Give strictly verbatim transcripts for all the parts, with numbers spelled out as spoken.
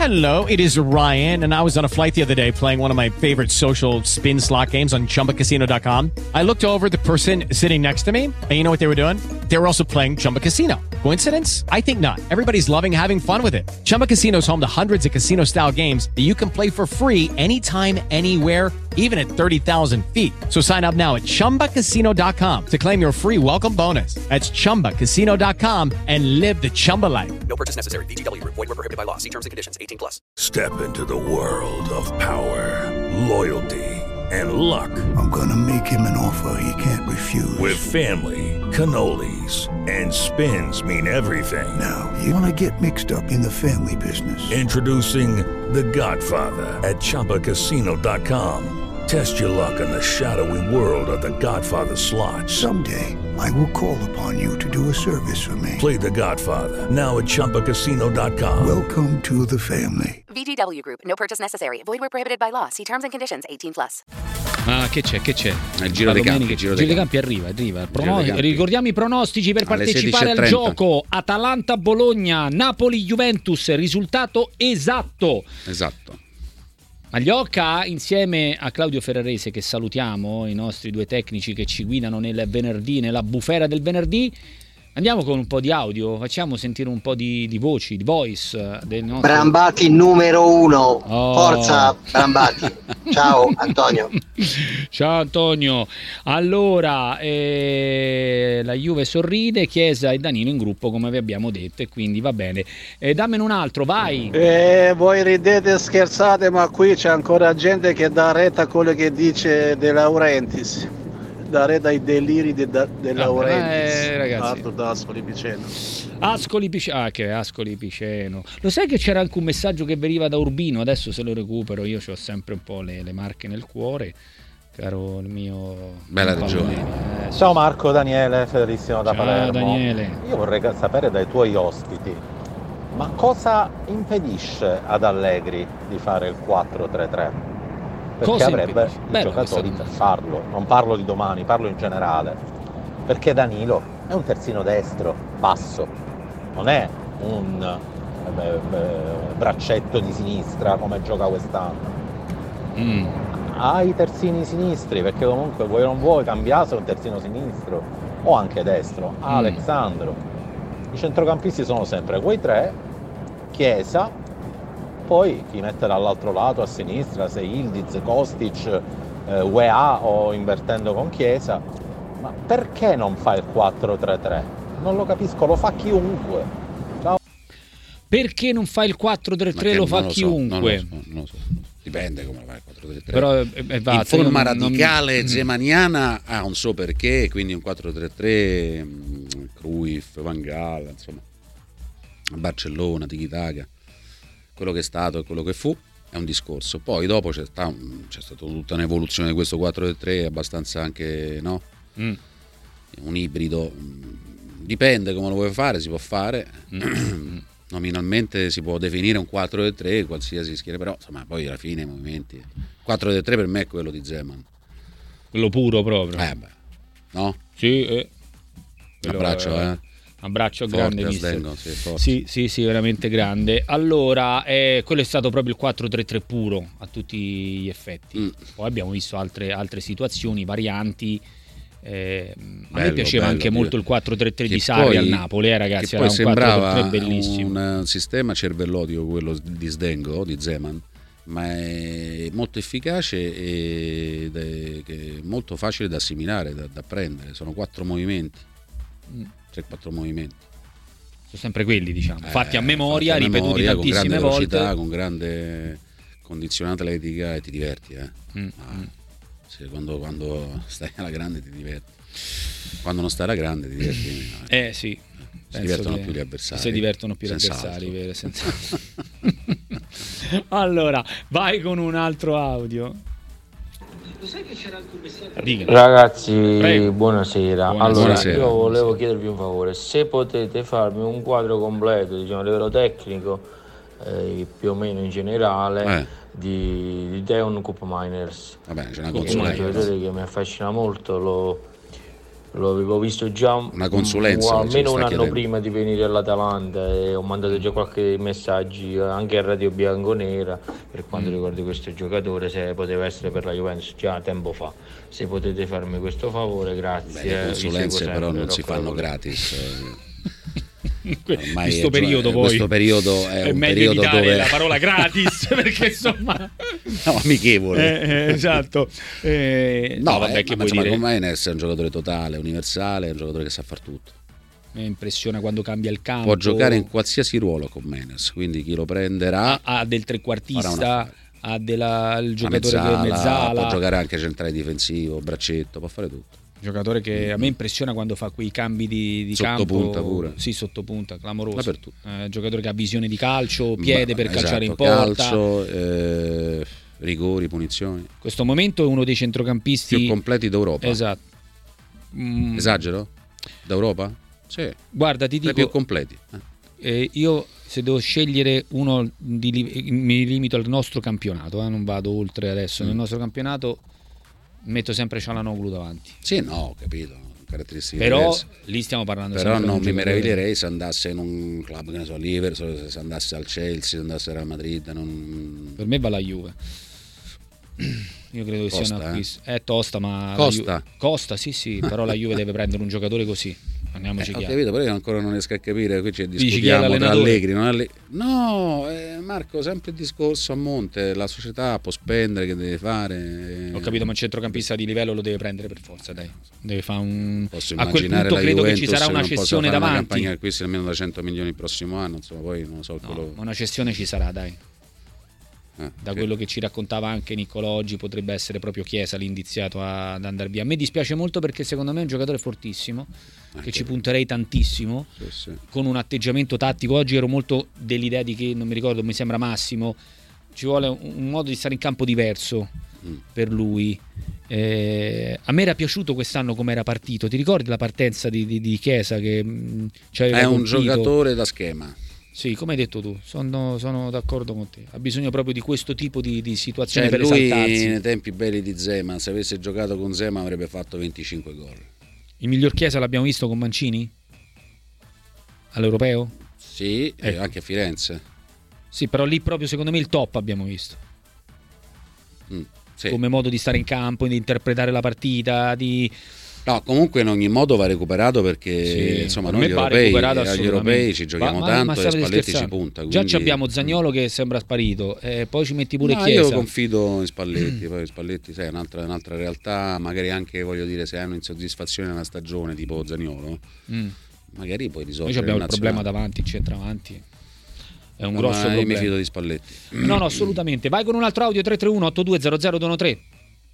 Hello, it is Ryan, and I was on a flight the other day playing one of my favorite social spin slot games on Chumba Casino dot com. I looked over at the person sitting next to me, and you know what they were doing? They were also playing Chumba Casino. Coincidence? I think not. Everybody's loving having fun with it. Chumba Casino is home to hundreds of casino-style games that you can play for free anytime, anywhere, even at thirty thousand feet. So sign up now at Chumba Casino dot com to claim your free welcome bonus. That's Chumba Casino dot com and live the Chumba life. No purchase necessary. V G W. Void where prohibited by law. See terms and conditions. eighteen plus. Step into the world of power, loyalty, and luck. I'm gonna make him an offer he can't refuse. With family, cannolis, and spins mean everything. Now, you wanna get mixed up in the family business. Introducing The Godfather at Chumba Casino dot com. Test your luck in the shadowy world of The Godfather slot. Someday, I will call upon you to do a service for me. Play The Godfather, now at Chumba Casino dot com. Welcome to the family. V G W Group. No purchase necessary. Void where prohibited by law. See terms and conditions. eighteen plus. Ah, che c'è, che c'è? Il giro dei campi, il giro dei campi arriva, arriva. Prono- campi. Ricordiamo i pronostici per Alle partecipare al sedici e trenta. gioco. Atalanta-Bologna, Napoli-Juventus, risultato esatto. Esatto. Magliocca, insieme a Claudio Ferrarese, che salutiamo, i nostri due tecnici che ci guidano nel venerdì, nella bufera del venerdì. Andiamo con un po' di audio, facciamo sentire un po' di, di voci, di voice del nostro... Brambati numero uno. Oh. Forza Brambati. Ciao Antonio. Ciao Antonio. Allora, eh, la Juve sorride, Chiesa e Danilo in gruppo, come vi abbiamo detto, e quindi va bene. Eh, dammene un altro, vai. Eh, voi ridete e scherzate, ma qui c'è ancora gente che dà retta a quello che dice De Laurentiis. Dà retta ai deliri di De, De Laurentiis. Eh, ragazzi. Arthur d'Ascoli Piceno. Ascoli Piceno. Ah, che Ascoli Piceno. Lo sai che c'era anche un messaggio che veniva da Urbino, adesso se lo recupero, io ho sempre un po' le, le marche nel cuore. Caro il mio... Bella ragione. Eh, Ciao Marco, Daniele, fedelissimo da Ciao, Palermo. Daniele. Io vorrei sapere dai tuoi ospiti, ma cosa impedisce ad Allegri di fare il quattro tre tre? Perché Cosa avrebbe impedisce? i Bella giocatori questa per farlo. Non parlo di domani, parlo in generale. Perché Danilo è un terzino destro, basso, non è un eh, eh, braccetto di sinistra come gioca quest'anno. Mm. Ha i terzini sinistri, perché comunque vuoi non vuoi cambiare un terzino sinistro o anche destro. Ha Mm. Alexandro. I centrocampisti sono sempre quei tre, Chiesa, poi chi mette dall'altro lato a sinistra, se Ildiz, Kostic, eh, U E A o invertendo con Chiesa. Ma perché non fa il quattro tre tre? Non lo capisco, lo fa chiunque. Ciao. Perché non fa il quattro tre tre? Lo fa non chiunque. So, non lo so, non lo so. Dipende come lo fa il quattro tre tre. Però eh, eh, va, in forma non- non- radicale mm. zemaniana ha un suo perché, quindi un quattro tre tre, mh, Cruyff, Van Gaal, insomma, Barcellona, Tiki Taka, quello che è stato e quello che fu è un discorso. Poi dopo c'è, sta, c'è stata tutta un'evoluzione di questo quattro tre tre abbastanza anche, no? Mm. Un ibrido, dipende come lo vuoi fare, si può fare. Mm. Nominalmente si può definire un quattro tre tre qualsiasi schiera, però insomma poi alla fine i movimenti quattro tre tre per me è quello di Zeman, Quello puro proprio. eh beh, no? Sì, eh. Quello Abbraccio, è- eh. Abbraccio Forte, grande, mister. Sdengo, sì, forte. Sì, sì, sì, veramente grande. Allora, eh, quello è stato proprio il quattro tre tre puro a tutti gli effetti. Mm. Poi abbiamo visto altre, altre situazioni, varianti. Eh, a me Bello, piaceva bello, anche Dio. molto il quattro tre tre Che di Sarri poi- al Napoli, eh, ragazzi. che Era poi un quattro tre tre sembrava bellissimo. un sistema cervellotico quello di Sdengo, di Zeman, ma è molto efficace ed è che è molto facile da assimilare, da, da apprendere. Sono quattro movimenti, Mm. tre quattro movimenti. Sono sempre quelli, diciamo, Eh, fatti a memoria, fatti a ripetuti memoria, con tantissime grande velocità, volte. con grande condizione atletica e ti diverti, eh. Mm, Ah, mm. sì, quando, quando stai alla grande ti diverti, quando non stai alla grande ti diverti meno, eh. Eh sì. Si Penso divertono che più gli avversari. Si divertono più gli Senz'altro. avversari, vero? Senza... Allora, vai con un altro audio. Dica. Ragazzi, Prego. buonasera. Buonasera. Allora, Buonasera. io volevo chiedervi un favore, se potete farmi un quadro completo, diciamo, a livello tecnico, eh, più o meno in generale, Eh. di, di Deon Cup Miners. Va bene, c'è una Perché è un consulenza. giocatore che mi affascina molto, lo, lo avevo visto già una consulenza, un, almeno un anno chiedendo. prima di venire all'Atalanta, e ho mandato già qualche messaggi anche a Radio Bianconera per quanto mm. riguarda questo giocatore, se poteva essere per la Juventus già tempo fa. Se potete farmi questo favore, grazie. Beh, le consulenze però non si fanno gratis. Ormai questo periodo, poi questo periodo è, è un meglio periodo evitare dove la parola gratis perché insomma no, amichevole. Eh, eh, esatto. Eh, no, no, vabbè, eh, che ma vuoi insomma, dire? Menes è un giocatore totale, universale, è un giocatore che sa far tutto. Mi impressiona quando cambia il campo. Può giocare in qualsiasi ruolo con Menes, quindi chi lo prenderà ha, ha del trequartista, ha della, il giocatore mezzala, che è mezzala, può giocare anche centrale difensivo, braccetto, può fare tutto. Giocatore che a me impressiona quando fa quei cambi di, di sottopunta campo. pure. Sì, sottopunta, clamoroso. Dappertutto. Eh, giocatore che ha visione di calcio, piede Beh, per calciare esatto, in porta. Calcio, eh, rigori, punizioni. In questo momento è uno dei centrocampisti più completi d'Europa. Esatto. Mm. Esagero? D'Europa? Sì. Guarda, ti dico, più completi. Eh. Eh, io se devo scegliere uno di, mi limito al nostro campionato, eh, non vado oltre adesso. Mm. Nel nostro campionato metto sempre Çalhanoğlu davanti. Sì, no, ho capito. Caratteristiche però diverse. Lì stiamo parlando però sempre non di un mi giocatore. meraviglierei se andasse in un club, che ne so, Liverpool, se andasse al Chelsea, se andasse al Real Madrid. Non... Per me va la Juve. Io credo che Costa, sia un acquisto. Eh? È tosta, ma Costa. La Juve... Costa, sì, sì, però la Juve deve prendere un giocatore così. Andiamoci eh, ho chiaro. capito, però io ancora non riesco a capire. Qui ci Dici chi è discutiamo tra l'allenatore? Allegri, non Allegri. No, eh, Marco, sempre il discorso a monte. La società può spendere, che deve fare. Ho capito, ma un centrocampista di livello lo deve prendere per forza, dai. Deve fare un. Posso A quel immaginare punto la credo Juventus che ci sarà una non possa cessione fare davanti. una campagna di acquisti almeno da cento milioni il prossimo anno, insomma, poi non so No, quello... ma una cessione ci sarà, dai. Eh, Da sì. quello che ci raccontava anche Niccolò oggi, potrebbe essere proprio Chiesa l'indiziato a- ad andare via. A me dispiace molto perché secondo me è un giocatore fortissimo, che Anche ci lui. punterei tantissimo, Sì, sì. con un atteggiamento tattico. Oggi ero molto dell'idea di che, non mi ricordo, mi sembra Massimo, ci vuole un, un modo di stare in campo diverso Mm. per lui. Eh, a me era piaciuto quest'anno come era partito. Ti ricordi la partenza di, di, di Chiesa che mh, ci aveva È un colpito? giocatore da schema. Sì, come hai detto tu, sono, sono d'accordo con te. Ha bisogno proprio di questo tipo di, di situazioni Cioè, per lui esaltarsi. nei tempi belli di Zeman, se avesse giocato con Zeman avrebbe fatto venticinque gol. Il miglior Chiesa l'abbiamo visto con Mancini? All'Europeo? Sì, e Ecco. anche a Firenze. Sì, però lì proprio secondo me il top abbiamo visto. Mm, sì. Come modo di stare in campo, di interpretare la partita, di... No, comunque in ogni modo va recuperato perché Sì, insomma per noi me gli va europei, recuperato agli assolutamente. europei ci giochiamo Ma- ma- tanto ma e state Spalletti ci scherzando? punta. Già quindi- ci abbiamo Zaniolo che sembra sparito, e poi ci metti pure No, Chiesa. io confido in Spalletti, poi Spalletti sai, è un'altra, un'altra realtà, magari anche voglio dire se hanno insoddisfazione nella stagione tipo Zaniolo, Mm. magari poi Noi risolvere abbiamo il in problema nazionale. davanti, il centravanti. È un No, grosso ma io problema. mi fido di Spalletti. No, no, assolutamente. Vai con un altro audio tre tre uno otto due zero zero due uno tre.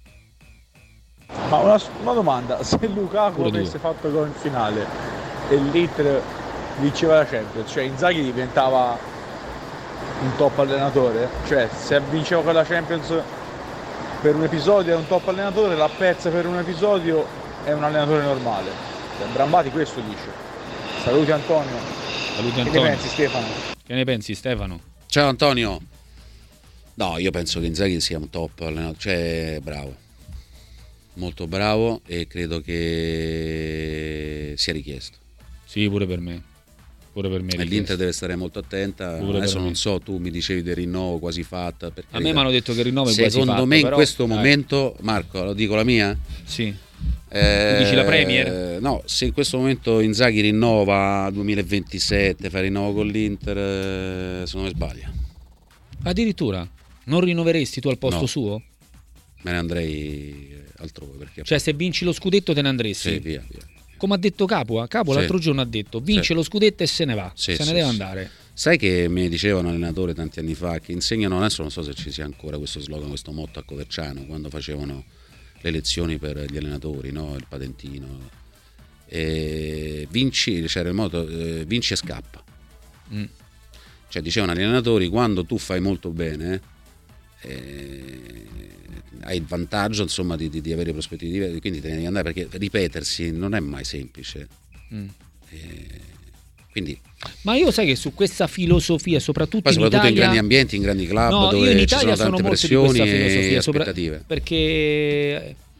Ma una, una domanda, se Lukaku Pure avesse due. fatto gol in finale e l'Inter vinceva la Champions, cioè Inzaghi diventava un top allenatore? Cioè se vinceva quella Champions per un episodio è un top allenatore, l'ha persa per un episodio è un allenatore normale. Cioè, Brambati questo dice. Saluti Antonio. Saluti Che ne Antonio. pensi Stefano? Che ne pensi Stefano? Ciao Antonio. No, io penso che Inzaghi sia un top allenatore, cioè bravo. Molto bravo e credo che sia richiesto. Sì, pure per me. Pure per me. E l'Inter deve stare molto attenta. Pure Adesso per me. non so, tu mi dicevi del rinnovo quasi fatta. per A me carità. mi hanno detto che il rinnovo è quasi Secondo fatto, me in però- questo dai. momento, Marco, lo dico la mia? Sì. Eh, Tu dici la Premier? No, se in questo momento Inzaghi rinnova duemilaventisette, fa rinnovo con l'Inter, eh, secondo me sbaglia. Addirittura non rinnoveresti tu al posto No. suo? Me ne andrei altrove perché Cioè se vinci lo scudetto te ne andresti? sì, via, via. Come ha detto Capua, Capua Sì. l'altro giorno ha detto vince Sì. lo scudetto e se ne va, Sì, se sì, ne deve sì. andare. Sai che mi diceva un allenatore tanti anni fa che insegnano, adesso non so se ci sia ancora questo slogan, questo motto a Coverciano, quando facevano le lezioni per gli allenatori, no? Il patentino. E vinci, c'era il motto, eh, vinci e scappa. Mm. Cioè dicevano agli allenatori, quando tu fai molto bene eh, hai il vantaggio insomma di, di, di avere prospettive diverse, quindi te ne devi andare perché ripetersi non è mai semplice. Mm. Eh, quindi Ma io sai che su questa filosofia, soprattutto poi in soprattutto Italia, in grandi ambienti, in grandi club no, io dove in ci Italia sono tante molto di pressioni questa filosofia, e sopra- aspettative. perché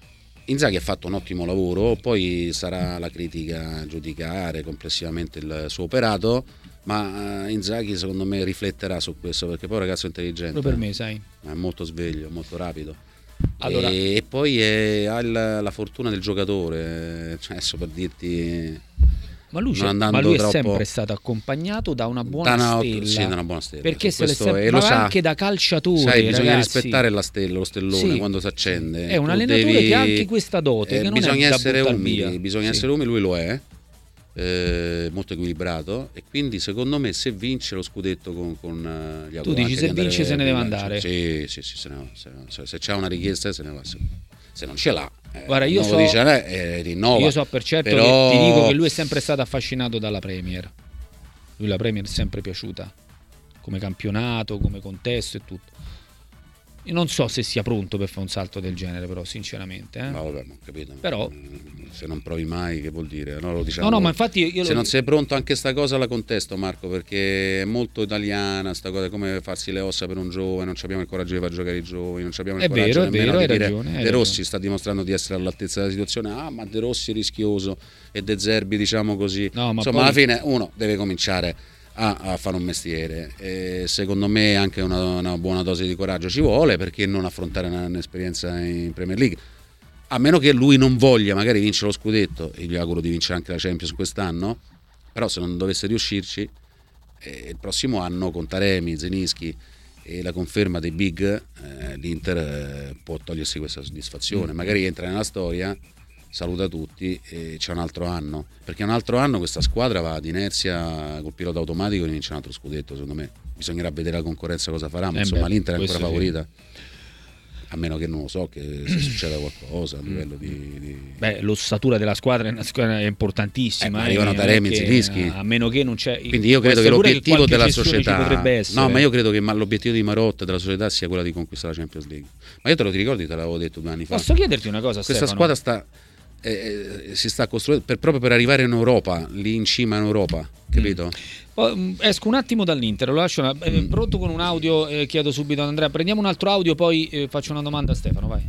Inzaghi ha fatto un ottimo lavoro, poi sarà la critica a giudicare complessivamente il suo operato, ma Inzaghi secondo me rifletterà su questo, perché poi è un ragazzo intelligente, per me, sai, è molto sveglio, molto rapido. Allora, e, e poi è, ha la, la fortuna del giocatore, cioè adesso per dirti, ma lui, non ma lui è troppo, sempre stato accompagnato da una buona da una, stella, sì, da una buona stella, perché se questo, le sempre, lo ma sa, anche da calciatore, sai, bisogna ragazzi, rispettare la stella, lo stellone, sì, quando si accende è un tu allenatore devi, che ha anche questa dote, eh, che non bisogna è da essere buttar umili, via. bisogna Sì. essere umili, lui lo è, eh, molto equilibrato, e quindi secondo me se vince lo scudetto con, con uh, gli tu dici se vince se ne deve andare, sì, sì, sì, se, ne va, se, se, se c'è una richiesta se ne va, se, se non ce l'ha, eh, guarda, io so, dice, eh, rinnova, io so per certo però... che ti dico che lui è sempre stato affascinato dalla Premier, lui la Premier è sempre piaciuta come campionato, come contesto e tutto. Io non so se sia pronto per fare un salto del genere, però sinceramente, eh? Ma vabbè, non capito. Però se non provi mai, che vuol dire? No, lo diciamo, no, no, ma infatti io se lo... non sei pronto, anche sta cosa la contesto, Marco, perché è molto italiana sta cosa, come farsi le ossa per un giovane, non abbiamo il coraggio di far giocare i giovani, non abbiamo il è coraggio vero, nemmeno è vero, di hai dire ragione, hai De Rossi ragione. sta dimostrando di essere all'altezza della situazione, ah ma De Rossi è rischioso e De Zerbi diciamo così, no, ma insomma poi... alla fine uno deve cominciare a, a fare un mestiere, e secondo me anche una, una buona dose di coraggio ci vuole, perché non affrontare una, un'esperienza in Premier League, a meno che lui non voglia magari vincere lo scudetto, e gli auguro di vincere anche la Champions quest'anno, però se non dovesse riuscirci, eh, il prossimo anno con Taremi, Zelinski e la conferma dei big, eh, l'Inter eh, può togliersi questa soddisfazione, mm. magari entra nella storia, saluta tutti e c'è un altro anno, perché un altro anno questa squadra va ad inerzia col pilota automatico e vince un altro scudetto. Secondo me bisognerà vedere la concorrenza cosa farà, ma eh insomma beh, l'Inter è ancora favorita, sì. A meno che non lo so, che se succeda qualcosa a livello di, di... Beh, l'ossatura della squadra è una squadra importantissima, eh, arrivano eh, Taremi e Zelinski, a meno che non c'è, quindi io credo che l'obiettivo della società, no, ma io credo che l'obiettivo di Marotta, della società, sia quella di conquistare la Champions League. Ma io te lo ti ricordi, te l'avevo detto due anni fa. Posso chiederti una cosa, questa Stefano? squadra sta Eh, si sta costruendo per, proprio per arrivare in Europa, lì in cima in Europa, capito? Mm. Oh, esco un attimo dall'Inter, lo lascio una... eh, pronto con un audio, eh, chiedo subito ad Andrea, prendiamo un altro audio, poi eh, faccio una domanda a Stefano, vai.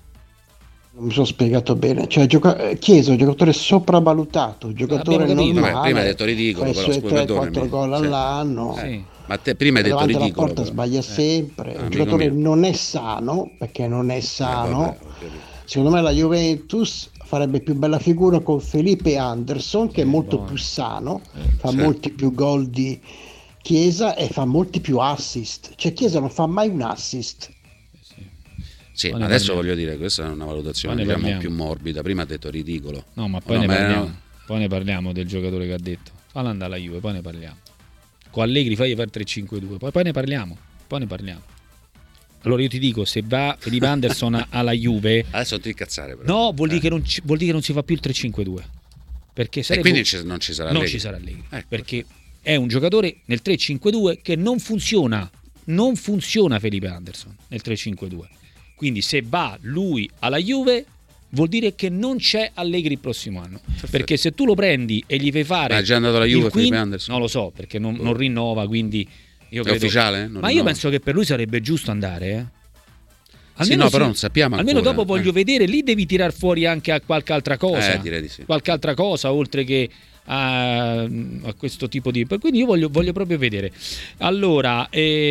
Non mi sono spiegato bene, cioè gioca... Chiesa è un giocatore sopravvalutato, un giocatore normale. Vabbè, prima hai detto ridicolo, fa però i suoi tre quattro gol sì. all'anno. Sì. Ma te prima hai detto davanti ridicolo. alla porta però. sbaglia eh. sempre, ah, un giocatore mio. Non è sano, perché non è sano. Eh, vabbè, secondo me la Juventus farebbe più bella figura con Felipe Anderson, che è molto buono. più sano, fa sì. molti più gol di Chiesa e fa molti più assist. Cioè Chiesa non fa mai un assist. Sì, poi ma adesso parliamo. voglio dire, questa è una valutazione diciamo più morbida. Prima ha detto ridicolo. No, ma poi no, ne ma parliamo. no. Poi ne parliamo del giocatore che ha detto. Falla andare alla Juve, poi ne parliamo. Con Allegri fai fare tre cinque due, poi, poi ne parliamo. Poi ne parliamo. Allora io ti dico, se va Felipe Anderson alla Juve, adesso non ti incazzare però. No, vuol, eh. dire che non ci, vuol dire che non si fa più il tre cinque due. Perché sarebbe... E quindi ci, non ci sarà non Allegri. ci sarà Allegri, ecco. Perché è un giocatore nel tre cinque due che non funziona. Non funziona Felipe Anderson nel tre cinque due. Quindi se va lui alla Juve vuol dire che non c'è Allegri il prossimo anno. Perfetto. Perché se tu lo prendi e gli fai fare... Ma è già andato alla Juve quinto, Felipe Anderson? Non lo so, perché non, non rinnova, quindi... Io è credo... ufficiale? Non Ma io rinnova. penso che per lui sarebbe giusto andare, eh. Almeno sì, no, si... però non sappiamo ancora. Almeno dopo voglio eh. vedere, lì devi tirar fuori anche a qualche altra cosa. Eh, direi di sì. Qualche altra cosa, oltre che a, a questo tipo di... Quindi io voglio, voglio proprio vedere. Allora,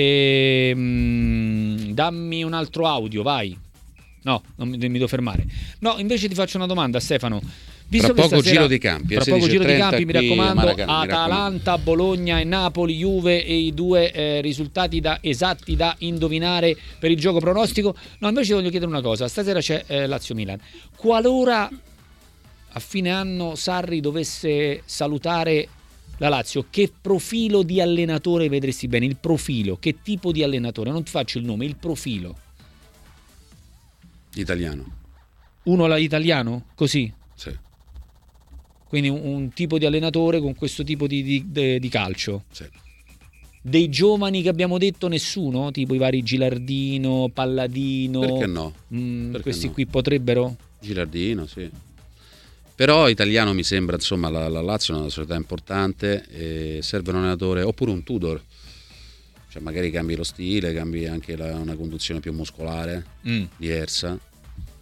ehm, dammi un altro audio, vai. No, non mi, mi devo fermare. No, invece ti faccio una domanda, Stefano. Visto Tra poco che stasera, giro di campi, tra eh, poco giro di trenta campi, mi qui raccomando, a Maracana, mi Atalanta, Bologna e Napoli, Juve e i due eh, risultati da, esatti da indovinare per il gioco pronostico. No, invece voglio chiedere una cosa, stasera c'è eh, Lazio-Milan. Qualora a fine anno Sarri dovesse salutare la Lazio, che profilo di allenatore vedresti bene? Il profilo, che tipo di allenatore? Non ti faccio il nome, il profilo. Italiano. Uno all'italiano? Così? Sì. Quindi un, un tipo di allenatore con questo tipo di, di, di, di calcio. Sì. Dei giovani che abbiamo detto nessuno? Tipo i vari Gilardino, Palladino. Perché no? Mm, Perché questi no? qui potrebbero? Gilardino, sì. Però italiano mi sembra, insomma, la, la Lazio è una società importante e serve un allenatore, oppure un Tudor. Cioè magari cambi lo stile, cambi anche la, una conduzione più muscolare, mm. diversa.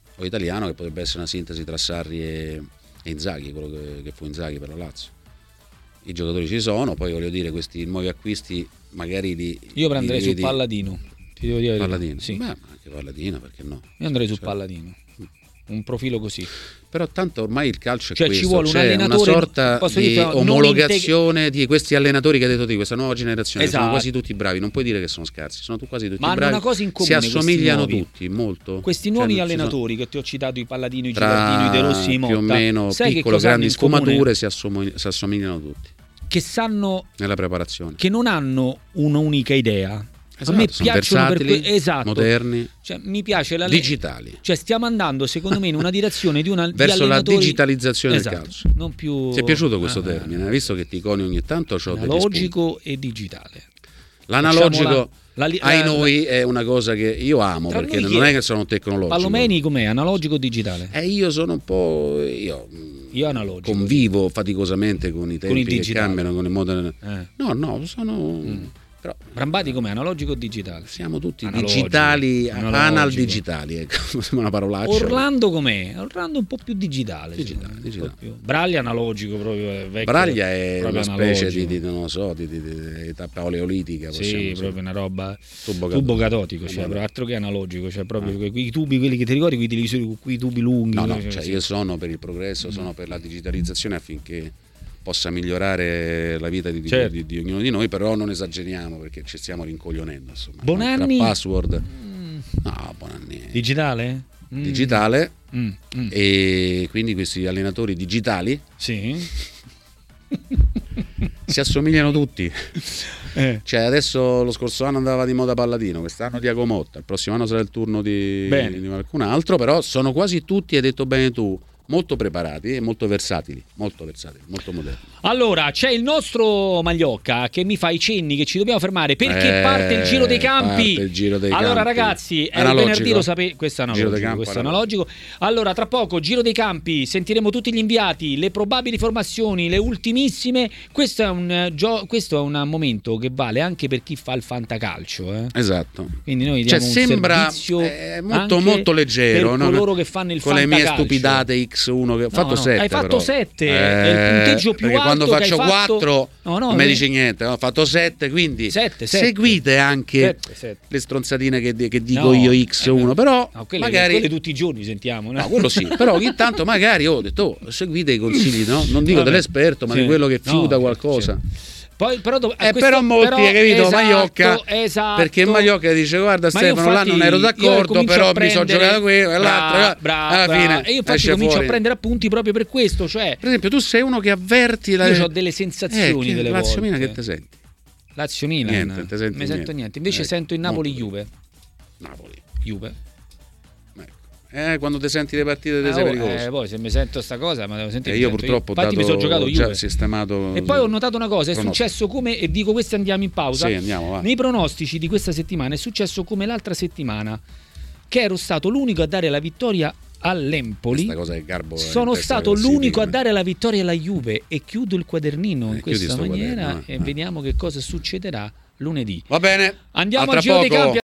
o italiano, che potrebbe essere una sintesi tra Sarri e, e Inzaghi, quello che, che fu Inzaghi per la Lazio. I giocatori ci sono, poi voglio dire, questi nuovi acquisti magari di... Io prenderei di, su di, Palladino, ti devo dire. Palladino, sì. Beh, ma anche Palladino, perché no? Io andrei su cioè, Palladino, un profilo così. Però tanto ormai il calcio è cioè, questo, ci vuole un c'è allenatore, una sorta posso di dire, non omologazione integ- di questi allenatori che hai detto di questa nuova generazione, esatto. sono quasi tutti bravi, non puoi dire che sono scarsi, sono quasi tutti ma bravi. Ma hanno una cosa in comune, si assomigliano questi tutti molto. Questi nuovi cioè, allenatori sono... che ti ho citato, i Palladino, i Tra Girardino, i De Rossi, i Motta, più o meno sai piccolo, che grandi sfumature comune? si, assomig- si assomigliano tutti. Che sanno nella preparazione. Che non hanno un'unica idea. Esatto, a me sono piacciono versatili, per que- esatto. moderni, cioè, mi piace la digitali. Cioè stiamo andando secondo me in una direzione di una verso di la digitalizzazione esatto, del calcio. Non più... Ti è piaciuto questo ah, termine? Hai visto che ti coni ogni tanto? C'ho analogico e digitale. L'analogico la, la, ai la, noi è una cosa che io amo, perché non è che sono tecnologico. Palomeni com'è? Analogico o digitale? Eh, io sono un po'... io, io analogico. Convivo sì. faticosamente con i tempi con che cambiano, con il modo... Eh. No, no, sono... Mm. Però, Brambati com'è? Analogico o digitale? Siamo tutti analogico, digitali, analogico. anal digitali, ecco, una parolaccia. Orlando com'è? Orlando un po' più digitale. Digitale, sì, digitale. Più. Braglia analogico proprio. Vecchio, Braglia è proprio una analogico. specie di, di, non lo so, di, di, di, di tappa oleolitica. Sì, possiamo, proprio sì. una roba tubo, tubo catodico, cioè, allora. altro che analogico, cioè proprio ah. quei tubi, quelli che ti ricordi, quei televisori con quei tubi lunghi. No, no, cioè, cioè, sì. io sono per il progresso, mm. sono per la digitalizzazione affinché possa migliorare la vita di, certo. di, di, di ognuno di noi, però non esageriamo perché ci stiamo rincoglionendo. Insomma, Bonanni? Tra password, mm. no, Bonanni. Digitale? Mm. Digitale, mm. Mm. e quindi questi allenatori digitali sì. si assomigliano tutti. Eh. Cioè adesso lo scorso anno andava di moda Palladino, quest'anno Diago Motta, il prossimo anno sarà il turno di, di qualcun altro, però sono quasi tutti, hai detto bene tu, molto preparati e molto versatili, molto versatili, molto moderni. Allora, c'è il nostro Magliocca che mi fa i cenni che ci dobbiamo fermare perché eh, parte il Giro dei Campi. Il giro dei allora campi. Ragazzi, è analogico. il venerdì, lo sapete, questo è analogico, campo, questo è analogico. Allora, tra poco Giro dei Campi, sentiremo tutti gli inviati, le probabili formazioni, le ultimissime. Questo è un gio- questo è un momento che vale anche per chi fa il fantacalcio, eh? Esatto. Quindi noi diamo cioè, un sembra servizio eh, molto molto leggero, per no? coloro che fanno il con fantacalcio. le mie stupidate X uno che ho No, fatto no, sette. hai fatto però. sette, eh, è il punteggio più perché alto quando che faccio hai fatto... quattro no, no, non mi eh. dice niente, ho fatto sette, quindi sette, sette. seguite anche sette, sette. le stronzatine che, che dico No, io X uno, eh, però no, quelle, magari quelle tutti i giorni sentiamo, no? no, quello sì, però ogni tanto magari ho detto oh, seguite i consigli, no? Non dico Vabbè. dell'esperto, ma Sì. di quello che fiuta No, qualcosa. sì. Poi, però, dov- eh, questo, però molti, però, hai capito, esatto, Magliocca, esatto. perché Magliocca dice guarda Ma io Stefano, là non ero d'accordo, però mi sono giocato qui e l'altro, brava, alla fine e io infatti esce comincio fuori. a prendere appunti proprio per questo, cioè per esempio tu sei uno che avverti la... io ho delle sensazioni eh, delle Lazio volte. Milan che te senti? Lazio Milan Niente, te senti mi sento niente, invece ecco, sento il Napoli molto Juve. Napoli Juve. Eh, quando ti senti le partite te Ah, sei oh, pericoloso. eh, poi se mi sento sta cosa, ma devo sentire. E io purtroppo ho infatti dato, mi sono giocato già Juve. sistemato. E poi ho notato una cosa, è pronostico. successo come, e dico questi andiamo in pausa. Sì, andiamo, va. Nei pronostici di questa settimana è successo come l'altra settimana, che ero stato l'unico a dare la vittoria all'Empoli. Questa cosa è garbo. Sono stato l'unico a dare la vittoria alla Juve e chiudo il quadernino eh, in questa maniera quaderno, eh. e vediamo che cosa succederà lunedì. Va bene. Andiamo a al Giro poco. dei Campi.